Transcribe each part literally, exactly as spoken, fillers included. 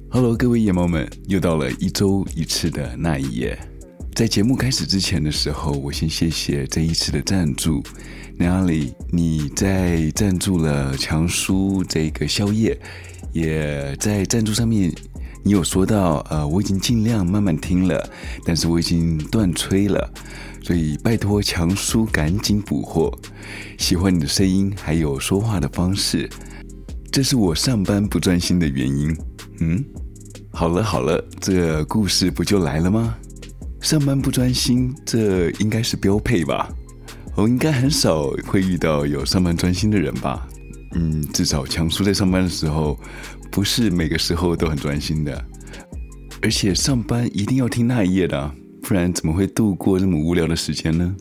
Hello， 各位夜猫们，又到了一周一次的那一夜。在节目开始之前的时候，我先谢谢这一次的赞助。Nelly，你在赞助了强叔这个宵夜，也在赞助上面，你有说到，呃，我已经尽量慢慢听了，但是我已经断吹了，所以拜托强叔赶紧补货。喜欢你的声音，还有说话的方式，这是我上班不专心的原因。嗯，好了好了，这故事不就来了吗？上班不专心，这应该是标配吧？我应该很少会遇到有上班专心的人吧？嗯，至少强叔在上班的时候，不是每个时候都很专心的。而且上班一定要听那一页的啊，不然怎么会度过这么无聊的时间呢？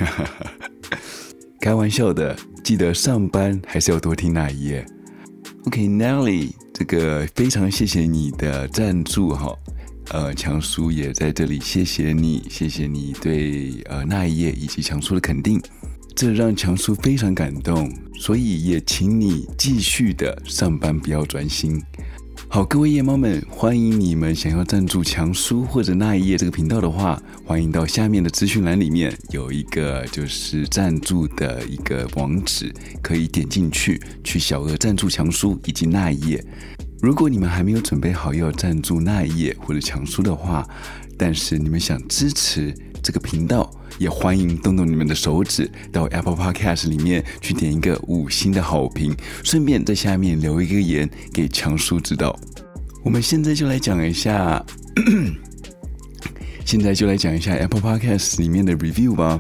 开玩笑的，记得上班还是要多听那一页。OK， Nelly， 这个非常谢谢你的赞助哈。呃，强叔也在这里谢谢你，谢谢你对呃那一页以及强叔的肯定，这让强叔非常感动，所以也请你继续的上班不要专心。好，各位夜猫们，欢迎你们想要赞助强叔或者那一页这个频道的话，欢迎到下面的资讯栏里面有一个就是赞助的一个网址，可以点进去去小额赞助强叔以及那一页。如果你们还没有准备好要赞助那一页或者强叔的话，但是你们想支持这个频道，也欢迎动动你们的手指到 Apple Podcast 里面去点一个五星的好评，顺便在下面留一个言给强叔知道。我们现在就来讲一下现在就来讲一下 Apple Podcast 里面的 review 吧。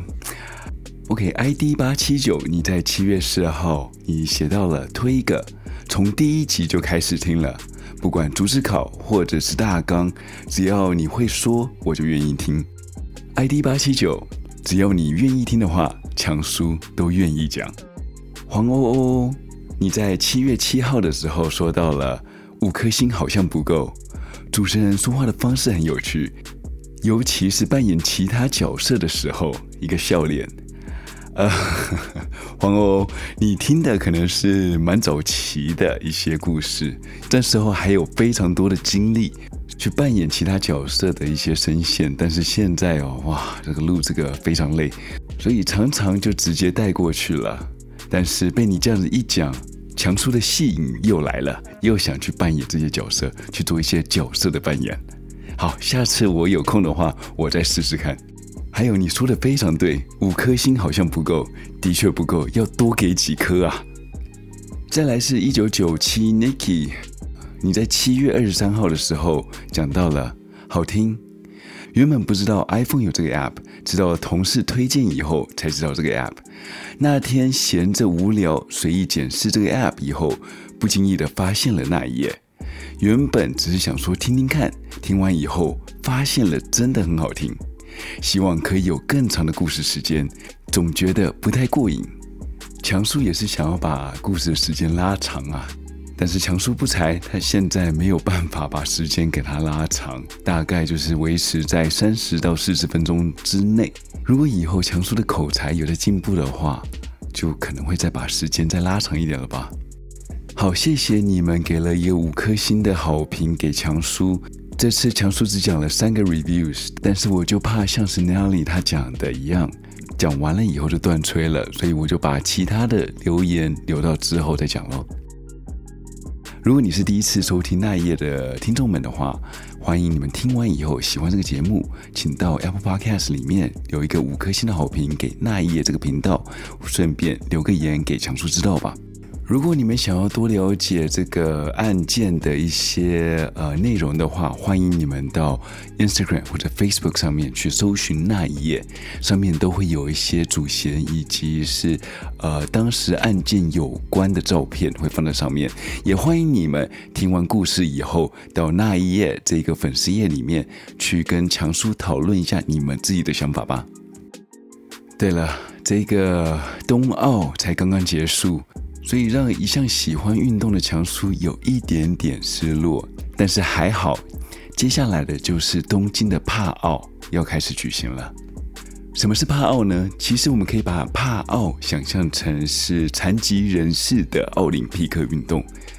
OK， I D 八七九， 你在七月十二号你写到了推一个，从第一集就开始听了，不管逐字稿或者是大纲，只要你会说我就愿意听。 I D 八七九， 只要你愿意听的话，强叔都愿意讲。黄欧欧，你在七月七号的时候说到了五颗星好像不够，主持人说话的方式很有趣，尤其是扮演其他角色的时候，一个笑脸。呃，黄欧，你听的可能是蛮早期的一些故事，这时候还有非常多的精力去扮演其他角色的一些声线，但是现在哦，哇，这个录这个非常累，所以常常就直接带过去了。但是被你这样子一讲，强叔的戏瘾又来了，又想去扮演这些角色，去做一些角色的扮演。好，下次我有空的话，我再试试看。还有你说的非常对，五颗星好像不够，的确不够，要多给几颗啊。再来是一九九七 Nicky， 你在七月二十三号的时候讲到了好听，原本不知道 iPhone 有这个 app， 直到同事推荐以后才知道这个 app。 那天闲着无聊随意检视这个 app 以后，不经意的发现了那一页，原本只是想说听听看，听完以后发现了真的很好听，希望可以有更长的故事时间，总觉得不太过瘾。强叔也是想要把故事的时间拉长啊，但是强叔不才，他现在没有办法把时间给他拉长，大概就是维持在三十到四十分钟之内。如果以后强叔的口才有了进步的话，就可能会再把时间再拉长一点了吧。好，谢谢你们给了一个五颗星的好评给强叔。这次强叔只讲了三个 reviews， 但是我就怕像是 Nelly 他讲的一样，讲完了以后就断吹了，所以我就把其他的留言留到之后再讲咯。如果你是第一次收听那一页的听众们的话，欢迎你们听完以后喜欢这个节目，请到 Apple Podcast 里面留一个五颗星的好评给那一页这个频道，顺便留个言给强叔知道吧。如果你们想要多了解这个案件的一些呃内容的话，欢迎你们到 Instagram 或者 Facebook 上面去搜寻那一页，上面都会有一些主嫌以及是呃当时案件有关的照片会放在上面。也欢迎你们听完故事以后到那一页这个粉丝页里面去跟强叔讨论一下你们自己的想法吧。对了，这个冬奥才刚刚结束，所以让一向喜欢运动的强叔有一点点失落，但是还好，接下来的就是东京的帕奥要开始举行了。什么是帕奥呢？其实我们可以把帕奥想象成是残疾人士的奥林匹克运动。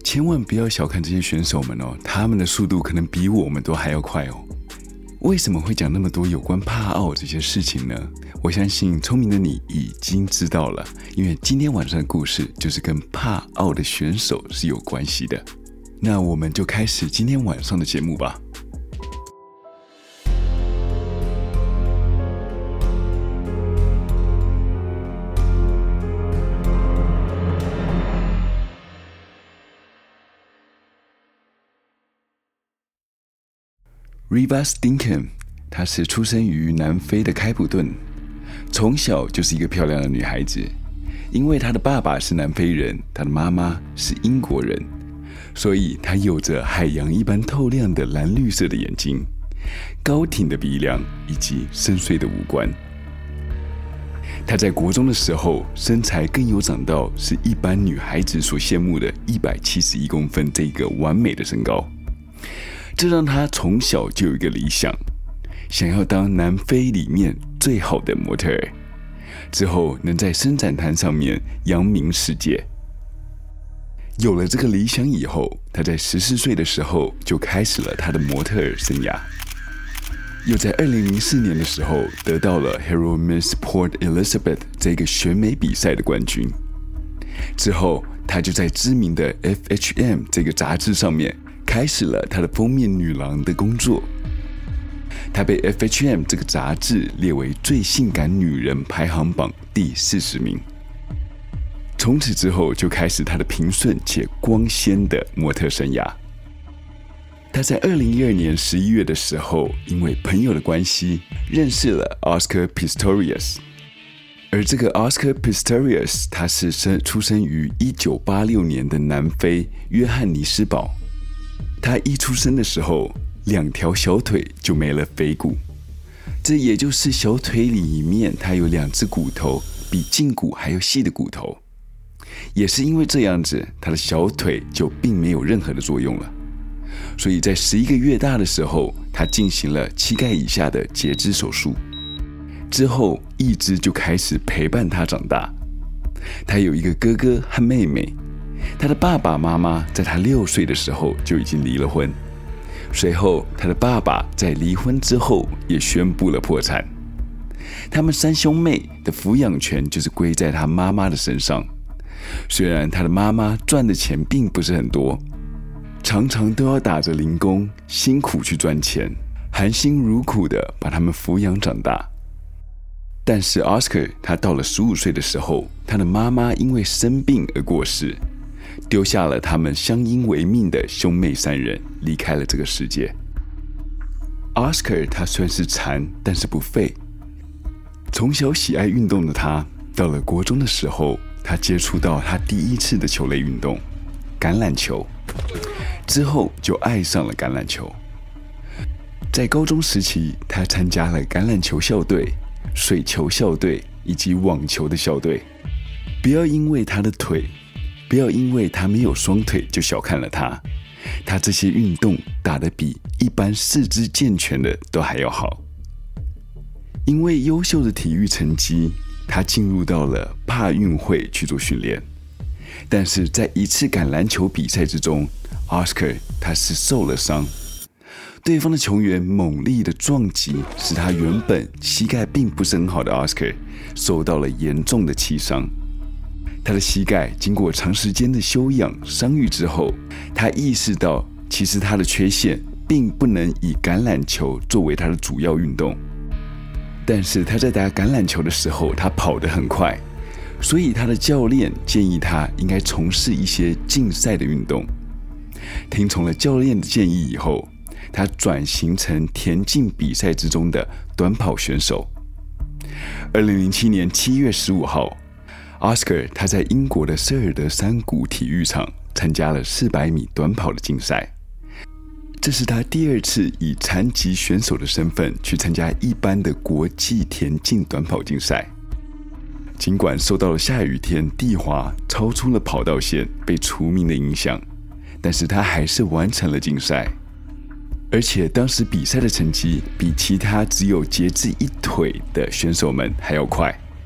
千万不要小看这些选手们哦，他们的速度可能比我们都还要快哦。为什么会讲那么多有关帕奥这些事情呢？我相信聪明的你已经知道了，因为今天晚上的故事就是跟帕奥的选手是有关系的。那我们就开始今天晚上的节目吧。Reeva Steenkamp， 她是出生于南非的开普敦，从小就是一个漂亮的女孩子。因为她的爸爸是南非人，她的妈妈是英国人，所以她有着海洋一般透亮的蓝绿色的眼睛、高挺的鼻梁以及深邃的五官。她在国中的时候，身材更有长到是一般女孩子所羡慕的一百七十一公分这个完美的身高。这让他从小就有一个理想，想要当南非里面最好的模特儿，之后能在伸展台上面扬名世界。有了这个理想以后，他在十四岁的时候就开始了他的模特儿生涯，又在二零零四年的时候得到了 Hero Miss Port Elizabeth 这个选美比赛的冠军。之后，他就在知名的 F H M 这个杂志上面开始了她的封面女郎的工作。她被 F H M 这个杂志列为最性感女人排行榜第四十名。从此之后就开始她的平顺且光鲜的模特生涯。她在二零一二年十一月的时候，因为朋友的关系认识了 Oscar Pistorius。而这个 Oscar Pistorius 他是生出生于一九八六年的南非约翰尼斯堡。他一出生的时候，两条小腿就没了腓骨，这也就是小腿里面他有两只骨头比胫骨还要细的骨头。也是因为这样子，他的小腿就并没有任何的作用了。所以在十一个月大的时候，他进行了膝盖以下的截肢手术，之后一直就开始陪伴他长大。他有一个哥哥和妹妹。他的爸爸妈妈在他六岁的时候就已经离了婚，随后他的爸爸在离婚之后也宣布了破产。他们三兄妹的抚养权就是归在他妈妈的身上，虽然他的妈妈赚的钱并不是很多，常常都要打着零工辛苦去赚钱，含辛茹苦的把他们抚养长大。但是 Oscar 他到了十五岁的时候，他的妈妈因为生病而过世，丢下了他们相依为命的兄妹三人，离开了这个世界。Oscar 他算是残，但是不废。从小喜爱运动的他，到了国中的时候，他接触到他第一次的球类运动——橄榄球，之后就爱上了橄榄球。在高中时期，他参加了橄榄球校队、水球校队以及网球的校队。不要因为他的腿不要因为他没有双腿就小看了他，他这些运动打得比一般四肢健全的都还要好。因为优秀的体育成绩，他进入到了帕运会去做训练。但是在一次橄榄球比赛之中， Oscar 他是受了伤，对方的球员猛力的撞击，使他原本膝盖并不是很好的 Oscar 受到了严重的气伤。他的膝盖经过长时间的休养伤愈之后，他意识到其实他的缺陷并不能以橄榄球作为他的主要运动。但是他在打橄榄球的时候，他跑得很快，所以他的教练建议他应该从事一些竞赛的运动。听从了教练的建议以后，他转型成田径比赛之中的短跑选手。二零零七年七月十五号，Oscar 他在英国的瑟尔德山谷体育场参加了四百米短跑的竞赛，这是他第二次以残疾选手的身份去参加一般的国际田径短跑竞赛。尽管受到了下雨天地滑超出了跑道线被除名的影响，但是他还是完成了竞赛。而且当时比赛的成绩比其他只有截肢一腿的选手们还要快。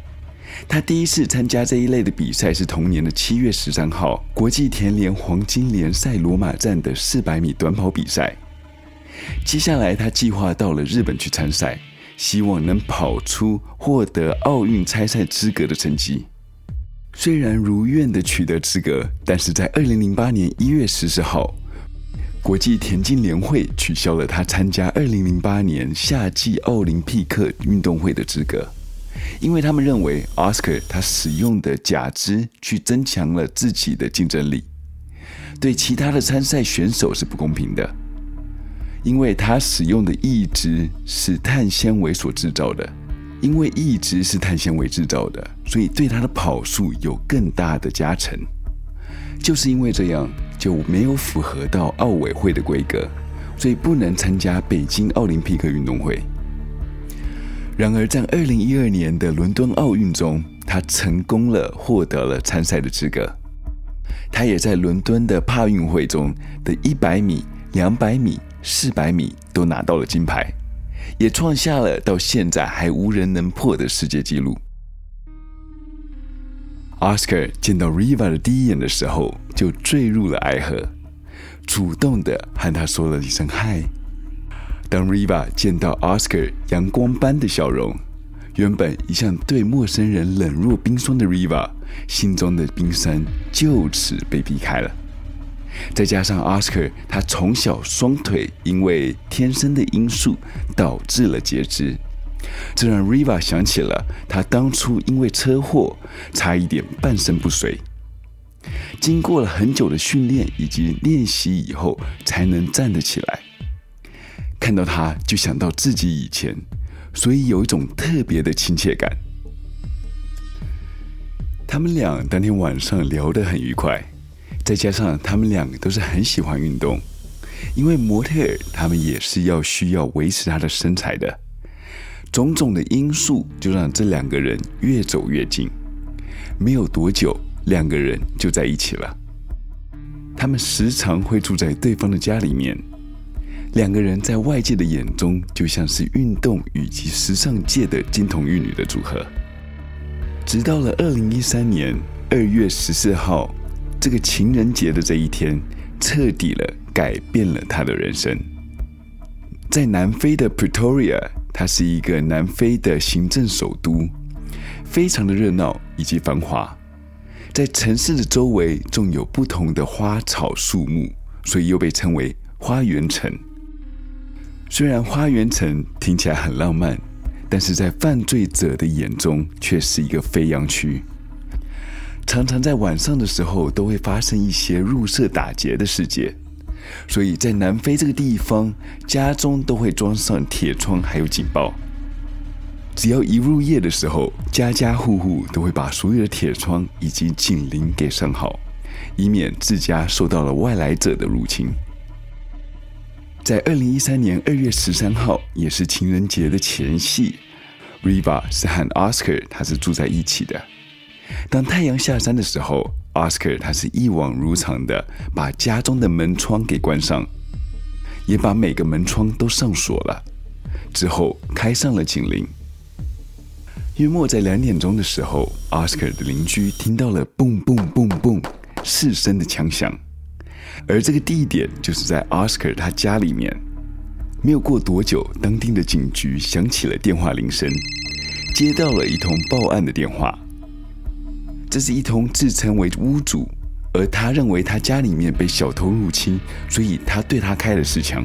他第一次参加这一类的比赛是同年的七月十三号国际田联黄金联赛罗马站的四百米短跑比赛。接下来他计划到了日本去参赛，希望能跑出获得奥运参赛资格的成绩。虽然如愿的取得资格，但是在二零零八年一月十四号，国际田径联会取消了他参加二零零八年夏季奥林匹克运动会的资格，因为他们认为 Oscar 他使用的假肢去增强了自己的竞争力，对其他的参赛选手是不公平的。因为他使用的义肢是碳纤维所制造的，因为义肢是碳纤维制造的，所以对他的跑速有更大的加成。就是因为这样，就没有符合到奥委会的规格，所以不能参加北京奥林匹克运动会。然而在二零一二年的伦敦奥运中，他成功了获得了参赛的资格。他也在伦敦的帕运会中的一百米、两百米、四百米都拿到了金牌，也创下了到现在还无人能破的世界纪录。Oscar 见到 Riva 的第一眼的时候，就坠入了爱河，主动的和他说了一声嗨。当 Riva 见到 Oscar 阳光般的笑容，原本一向对陌生人冷若冰霜的 Riva 心中的冰山就此被避开了。再加上 Oscar 他从小双腿因为天生的因素导致了截肢，这让 Riva 想起了他当初因为车祸差一点半身不遂，经过了很久的训练以及练习以后才能站得起来。看到他就想到自己以前，所以有一种特别的亲切感。他们俩当天晚上聊得很愉快，再加上他们两个都是很喜欢运动，因为模特儿他们也是要需要维持他的身材的，种种的因素就让这两个人越走越近。没有多久，两个人就在一起了。他们时常会住在对方的家里面，两个人在外界的眼中就像是运动以及时尚界的金童玉女的组合。直到了二零一三年二月十四号，这个情人节的这一天，彻底了改变了他的人生。在南非的 Pretoria， 它是一个南非的行政首都，非常的热闹以及繁华。在城市的周围种有不同的花草树木，所以又被称为花园城。虽然花园城听起来很浪漫，但是在犯罪者的眼中却是一个非常区。常常在晚上的时候都会发生一些入室打劫的事件，所以在南非这个地方，家中都会装上铁窗还有警报。只要一入夜的时候，家家户户都会把所有的铁窗以及警铃给上好，以免自家受到了外来者的入侵。在二零一三年二月十三号，也是情人节的前夕， Riva 是和 Oscar 他是住在一起的。当太阳下山的时候， Oscar 他是一往如常的把家中的门窗给关上，也把每个门窗都上锁了，之后开上了警铃。约莫在两点钟的时候， Oscar 的邻居听到了蹦蹦蹦蹦四声的枪响，而这个地点就是在 Oscar 他家里面。没有过多久，当地的警局响起了电话铃声，接到了一通报案的电话。这是一通自称为屋主，而他认为他家里面被小偷入侵，所以他对他开了四枪。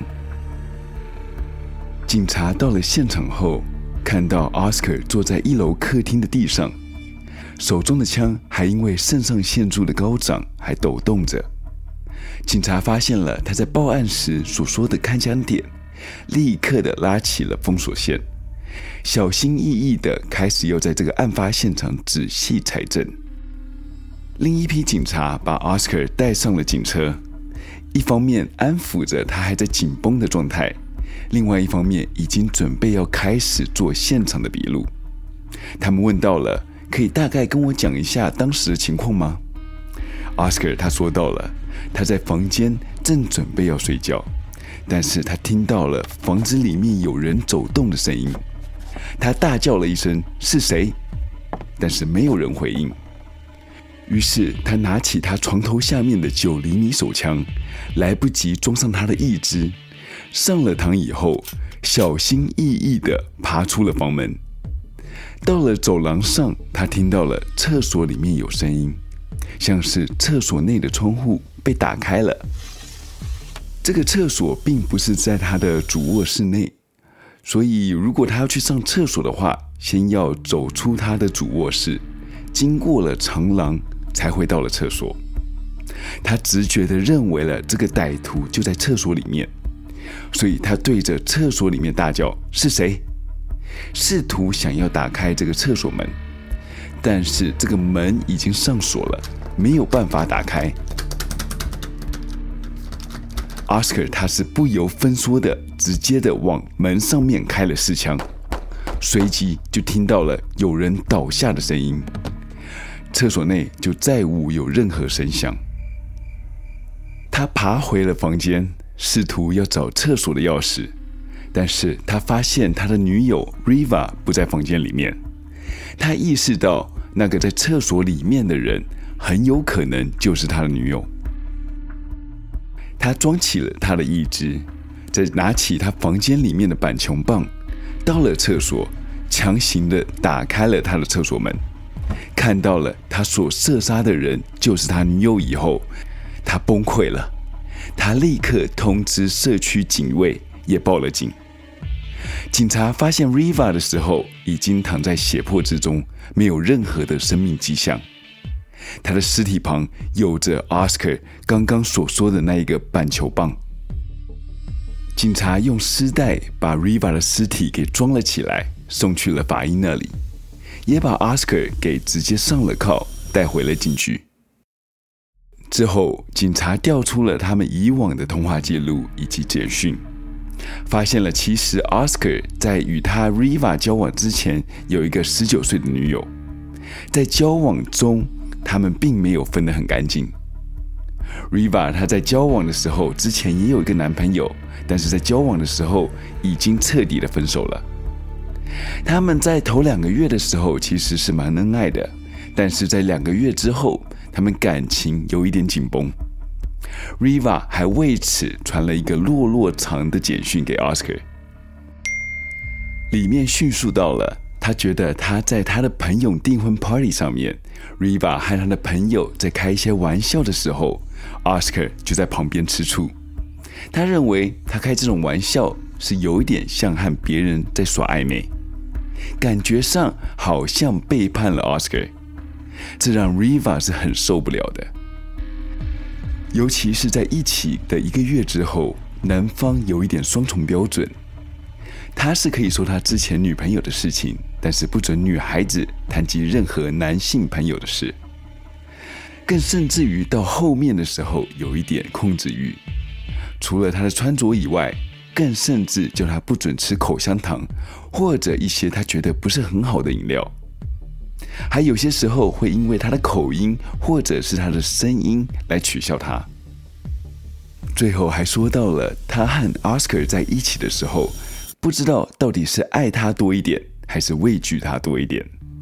警察到了现场后，看到 Oscar 坐在一楼客厅的地上，手中的枪还因为肾上腺素的高涨还抖动着。警察发现了他在报案时所说的开枪点，立刻的拉起了封锁线，小心翼翼的开始要在这个案发现场仔细采证。另一批警察把 Oscar 带上了警车，一方面安抚着他还在紧绷的状态，另外一方面已经准备要开始做现场的笔录。他们问到了，可以大概跟我讲一下当时的情况吗？ Oscar 他说到了，他在房间正准备要睡觉，但是他听到了房子里面有人走动的声音，他大叫了一声，是谁？ 但是没有人回应。于是他拿起他床头下面的九厘米手枪，来不及装上他的一支，上了膛以后，小心翼翼地爬出了房门。到了走廊上，他听到了厕所里面有声音，像是厕所内的窗户被打开了。这个厕所并不是在他的主卧室内，所以如果他要去上厕所的话，先要走出他的主卧室，经过了长廊，才会到了厕所。他直觉地认为了这个歹徒就在厕所里面，所以他对着厕所里面大叫：“是谁？”试图想要打开这个厕所门，但是这个门已经上锁了，没有办法打开。Oscar 他是不由分说的，直接的往门上面开了四枪，随即就听到了有人倒下的声音，厕所内就再无有任何声响。他爬回了房间，试图要找厕所的钥匙，但是他发现他的女友 Riva 不在房间里面。他意识到那个在厕所里面的人很有可能就是他的女友。他装起了他的义肢，再拿起他房间里面的板球棒，到了厕所，强行的打开了他的厕所门，看到了他所射杀的人就是他女友以后，他崩溃了。他立刻通知社区警卫，也报了警。警察发现 Riva 的时候，已经躺在血泊之中，没有任何的生命迹象。他的尸体旁有着 Oscar 刚刚所说的那一个板球棒。警察用尸袋把 Riva 的尸体给装了起来，送去了法医那里，也把 Oscar 给直接上了铐，带回了警局。之后，警察调出了他们以往的通话记录以及简讯，发现了其实 Oscar 在与他 Riva 交往之前有一个十九岁的女友，在交往中他们并没有分得很干净。Riva 她在交往的时候之前也有一个男朋友，但是在交往的时候已经彻底的分手了。他们在头两个月的时候其实是蛮恩爱的，但是在两个月之后，他们感情有一点紧绷。Riva 还为此传了一个落落长的简讯给 Oscar， 里面叙述到了他觉得他在他的朋友订婚 party 上面， Riva 和他的朋友在开一些玩笑的时候， Oscar 就在旁边吃醋。他认为他开这种玩笑是有一点像和别人在耍暧昧，感觉上好像背叛了 Oscar， 这让 Riva 是很受不了的。尤其是在一起的一个月之后，男方有一点双重标准，他是可以说他之前女朋友的事情，但是不准女孩子谈及任何男性朋友的事，更甚至于到后面的时候有一点控制欲，除了他的穿着以外，更甚至叫他不准吃口香糖或者一些他觉得不是很好的饮料，还有些时候会因为他的口音或者是他的声音来取笑他。最后还说到了他和 Oscar 在一起的时候，不知道到底是爱他多一点还是畏惧他多一点。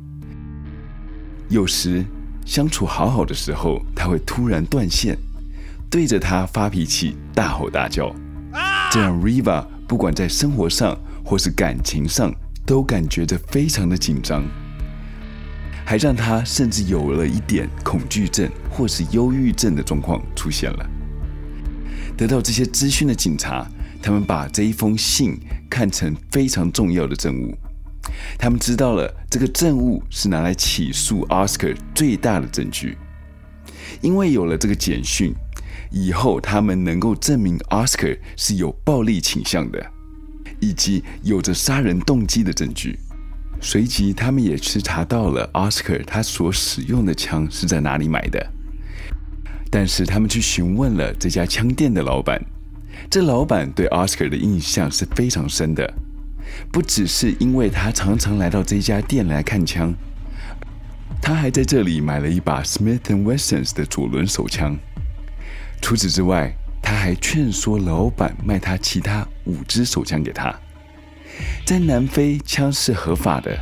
有时相处好好的时候，他会突然断线，对着他发脾气，大吼大叫，这让 Riva 不管在生活上或是感情上都感觉着非常的紧张，还让他甚至有了一点恐惧症或是忧郁症的状况出现了。得到这些资讯的警察，他们把这一封信看成非常重要的证物。他们知道了这个证物是拿来起诉 Oscar 最大的证据，因为有了这个简讯，以后他们能够证明 Oscar 是有暴力倾向的，以及有着杀人动机的证据。随即他们也是查到了 Oscar 他所使用的枪是在哪里买的，但是他们去询问了这家枪店的老板，这老板对 Oscar 的印象是非常深的，不只是因为他常常来到这家店来看枪，他还在这里买了一把 Smith and Wesson 的左轮手枪。除此之外，他还劝说老板卖他其他五支手枪给他。在南非，枪是合法的，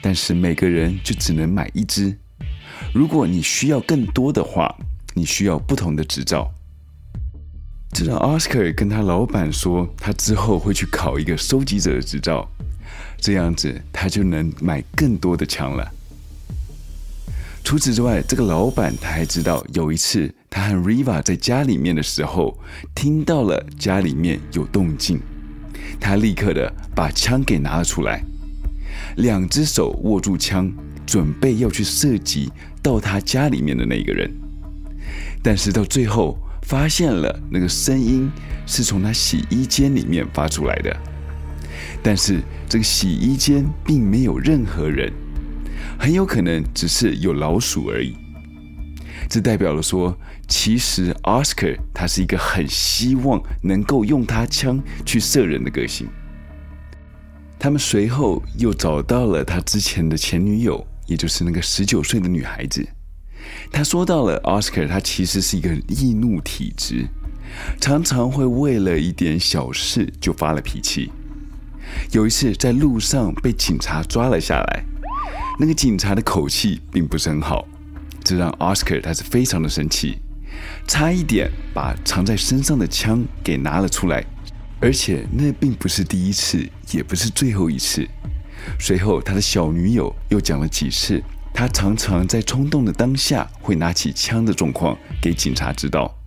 但是每个人就只能买一支。如果你需要更多的话，你需要不同的执照。这让 Oscar 跟他老板说，他之后会去考一个收集者的执照，这样子他就能买更多的枪了。除此之外，这个老板他还知道，有一次他和 Riva 在家里面的时候，听到了家里面有动静，他立刻的把枪给拿了出来，两只手握住枪，准备要去射击到他家里面的那个人。但是到最后发现了那个声音是从他洗衣间里面发出来的，但是这个洗衣间并没有任何人，很有可能只是有老鼠而已。这代表了说，其实 Oscar 他是一个很希望能够用他枪去射人的个性。他们随后又找到了他之前的前女友，也就是那个十九岁的女孩子。他说到了 Oscar 他其实是一个易怒体质，常常会为了一点小事就发了脾气。有一次在路上被警察抓了下来，那个警察的口气并不是很好，这让 Oscar 他是非常的生气，差一点把藏在身上的枪给拿了出来，而且那并不是第一次，也不是最后一次。随后他的小女友又讲了几次他常常在冲动的当下会拿起枪的状况给警察知道。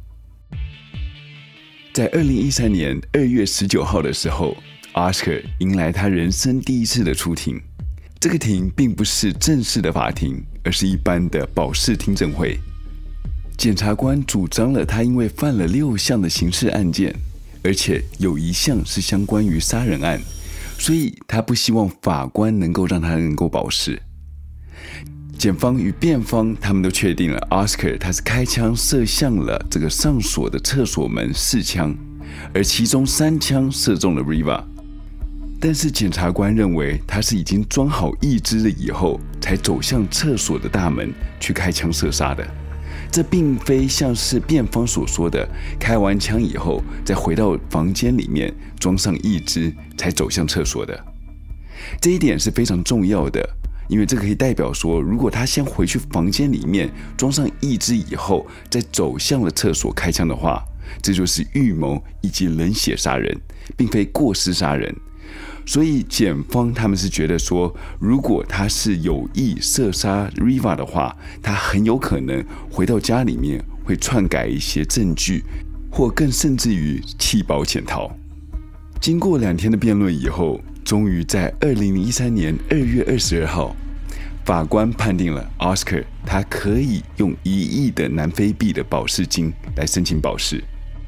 在二零一三年二月十九号的时候， Oscar 迎来他人生第一次的出庭。这个庭并不是正式的法庭，而是一般的保释听证会。检察官主张了他因为犯了六项的刑事案件，而且有一项是相关于杀人案，所以他不希望法官能够让他能够保释。检方与辩方他们都确定了 Oscar 他是开枪射向了这个上锁的厕所门四枪，而其中三枪射中了 Riva。 但是检察官认为他是已经装好义肢了以后才走向厕所的大门去开枪射杀的，这并非像是辩方所说的开完枪以后再回到房间里面装上义肢才走向厕所的。这一点是非常重要的，因为这可以代表说，如果他先回去房间里面装上义肢以后再走向了厕所开枪的话，这就是预谋以及冷血杀人，并非过失杀人。所以检方他们是觉得说，如果他是有意射杀 Riva 的话，他很有可能回到家里面会篡改一些证据，或更甚至于弃保潜逃。经过两天的辩论以后，终于在二零一三年二月二十二号，法官判定了 Oscar 他可以用一亿的南非币的保释金来申请保释。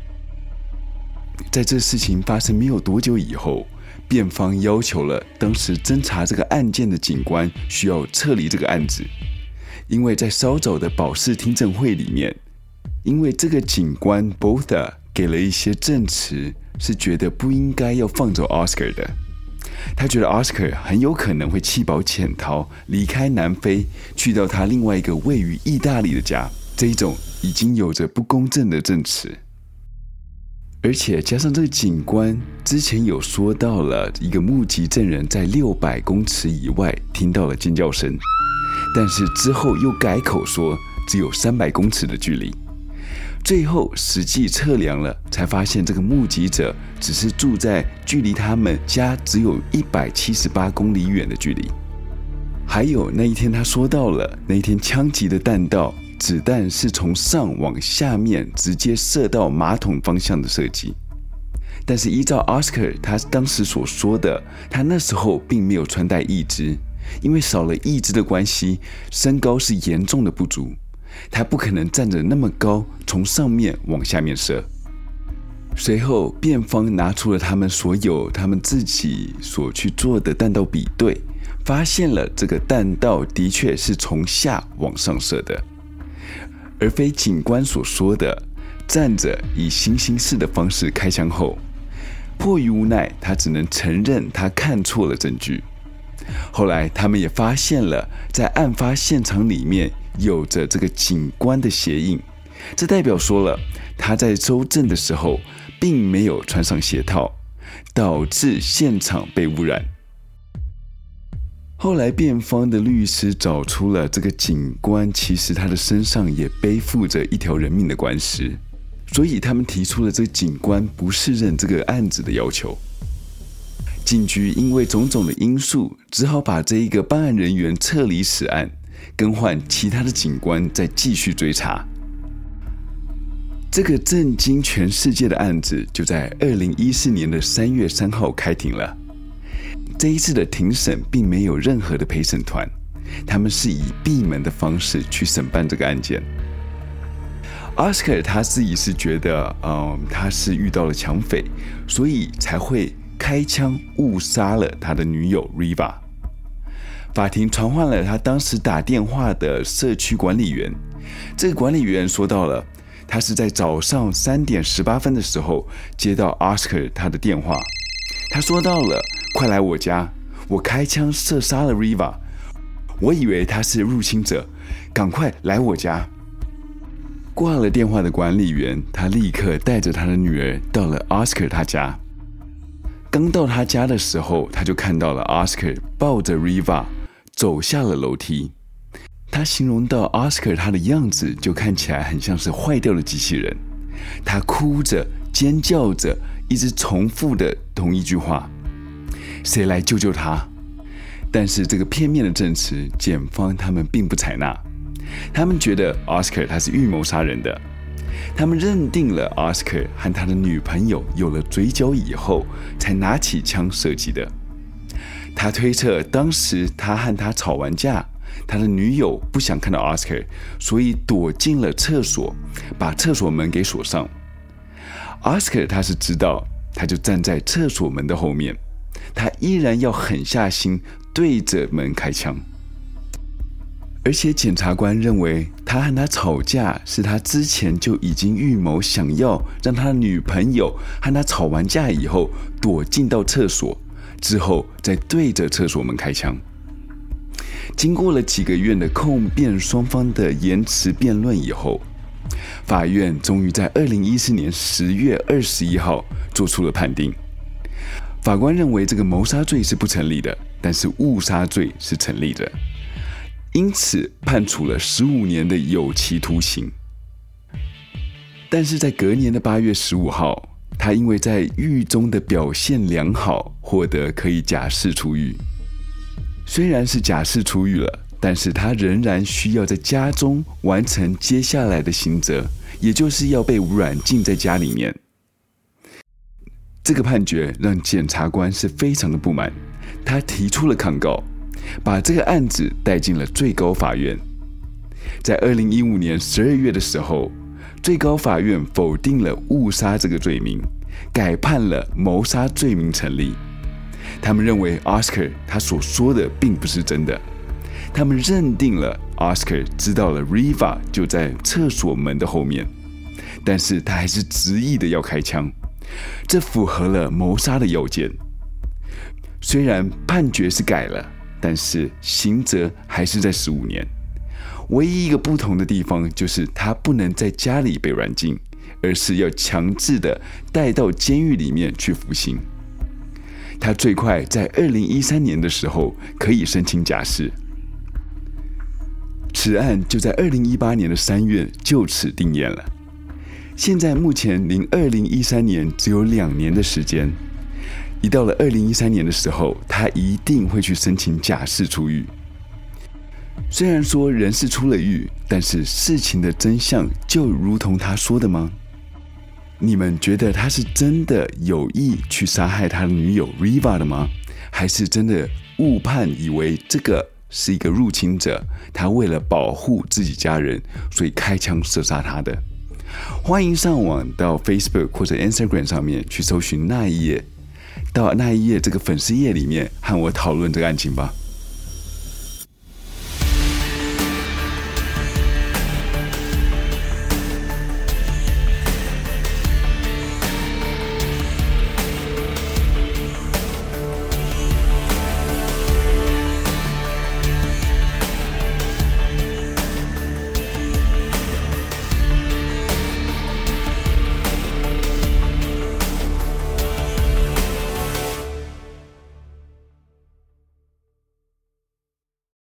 在这事情发生没有多久以后，辩方要求了当时侦查这个案件的警官需要撤离这个案子，因为在稍早的保释听证会里面，因为这个警官 Botha 给了一些证词，是觉得不应该要放走 Oscar 的。他觉得 Oscar 很有可能会弃保潜逃，离开南非，去到他另外一个位于意大利的家，这一种已经有着不公正的证词。而且加上这个警官之前有说到了一个目击证人在六百公尺以外听到了尖叫声，但是之后又改口说只有三百公尺的距离。最后实际测量了，才发现这个目击者只是住在距离他们家只有一百七十八公里远的距离。还有那一天他说到了，那一天枪击的弹道子弹是从上往下面直接射到马桶方向的射击，但是依照 Oscar 他当时所说的，他那时候并没有穿戴义肢，因为少了义肢的关系，身高是严重的不足，他不可能站着那么高从上面往下面射。随后辩方拿出了他们所有他们自己所去做的弹道比对，发现了这个弹道的确是从下往上射的，而非警官所说的站着以行刑式的方式开枪后，迫于无奈，他只能承认他看错了证据。后来他们也发现了在案发现场里面有着这个警官的鞋印，这代表说了他在搜证的时候并没有穿上鞋套，导致现场被污染。 后来辩方的律师找出了这个警官其实他的身上也背负着一条人命的官司，所以他们提出了这个警官不胜任这个案子的要求。警局因为种种的因素，只好把这一个办案人员撤离此案，更换其他的警官再继续追查。这个震惊全世界的案子就在二零一四年的三月三号开庭了。这一次的庭审并没有任何的陪审团，他们是以闭门的方式去审判这个案件。奥斯卡他自己是觉得，嗯，他是遇到了抢匪，所以才会开枪误杀了他的女友 Riva。法庭传唤了他当时打电话的社区管理员，这个管理员说到了，他是在早上三点十八分的时候接到 Oscar 他的电话，他说到了，快来我家，我开枪射杀了 Riva， 我以为他是入侵者，赶快来我家。挂了电话的管理员，他立刻带着他的女儿到了 Oscar 他家。刚到他家的时候，他就看到了 Oscar 抱着 Riva 走下了楼梯。他形容到 Oscar 他的样子就看起来很像是坏掉的机器人，他哭着尖叫着，一直重复的同一句话，谁来救救他？但是这个片面的证词，检方他们并不采纳，他们觉得 Oscar 他是预谋杀人的。他们认定了 Oscar 和他的女朋友有了嘴角以后，才拿起枪射击的。他推测当时他和他吵完架，他的女友不想看到 Oscar， 所以躲进了厕所，把厕所门给锁上。Oscar 他是知道，他就站在厕所门的后面，他依然要狠下心对着门开枪。而且检察官认为他和他吵架是他之前就已经预谋，想要让他的女朋友和他吵完架以后躲进到厕所，之后再对着厕所门开枪。经过了几个月的控辩双方的言辞辩论以后，法院终于在二零一四年十月二十一号做出了判定。法官认为这个谋杀罪是不成立的，但是误杀罪是成立的，因此判处了十五年的有期徒刑。但是在隔年的八月十五号，他因为在狱中的表现良好，获得可以假释出狱。虽然是假释出狱了，但是他仍然需要在家中完成接下来的刑责，也就是要被软禁在家里面。这个判决让检察官是非常的不满，他提出了抗告，把这个案子带进了最高法院。在二零一五年十二月的时候，最高法院否定了误杀这个罪名，改判了谋杀罪名成立。他们认为 Oscar 他所说的并不是真的，他们认定了 Oscar 知道了 Riva 就在厕所门的后面，但是他还是执意的要开枪，这符合了谋杀的要件。虽然判决是改了，但是刑责还是在十五年。唯一一个不同的地方就是他不能在家里被软禁，而是要强制的带到监狱里面去服刑。他最快在二零一三年的时候可以申请假释。此案就在二零一八年的三月就此定谳了。现在目前离二零一三年只有两年的时间，一到了二零一三年的时候，他一定会去申请假释出狱。虽然说人是出了狱，但是事情的真相就如同他说的吗？你们觉得他是真的有意去杀害他的女友 Riva 的吗？还是真的误判以为这个是一个入侵者，他为了保护自己家人，所以开枪射杀他的？欢迎上网到 Facebook 或者 Instagram 上面去搜寻那一页，到那一页这个粉丝页里面和我讨论这个案情吧。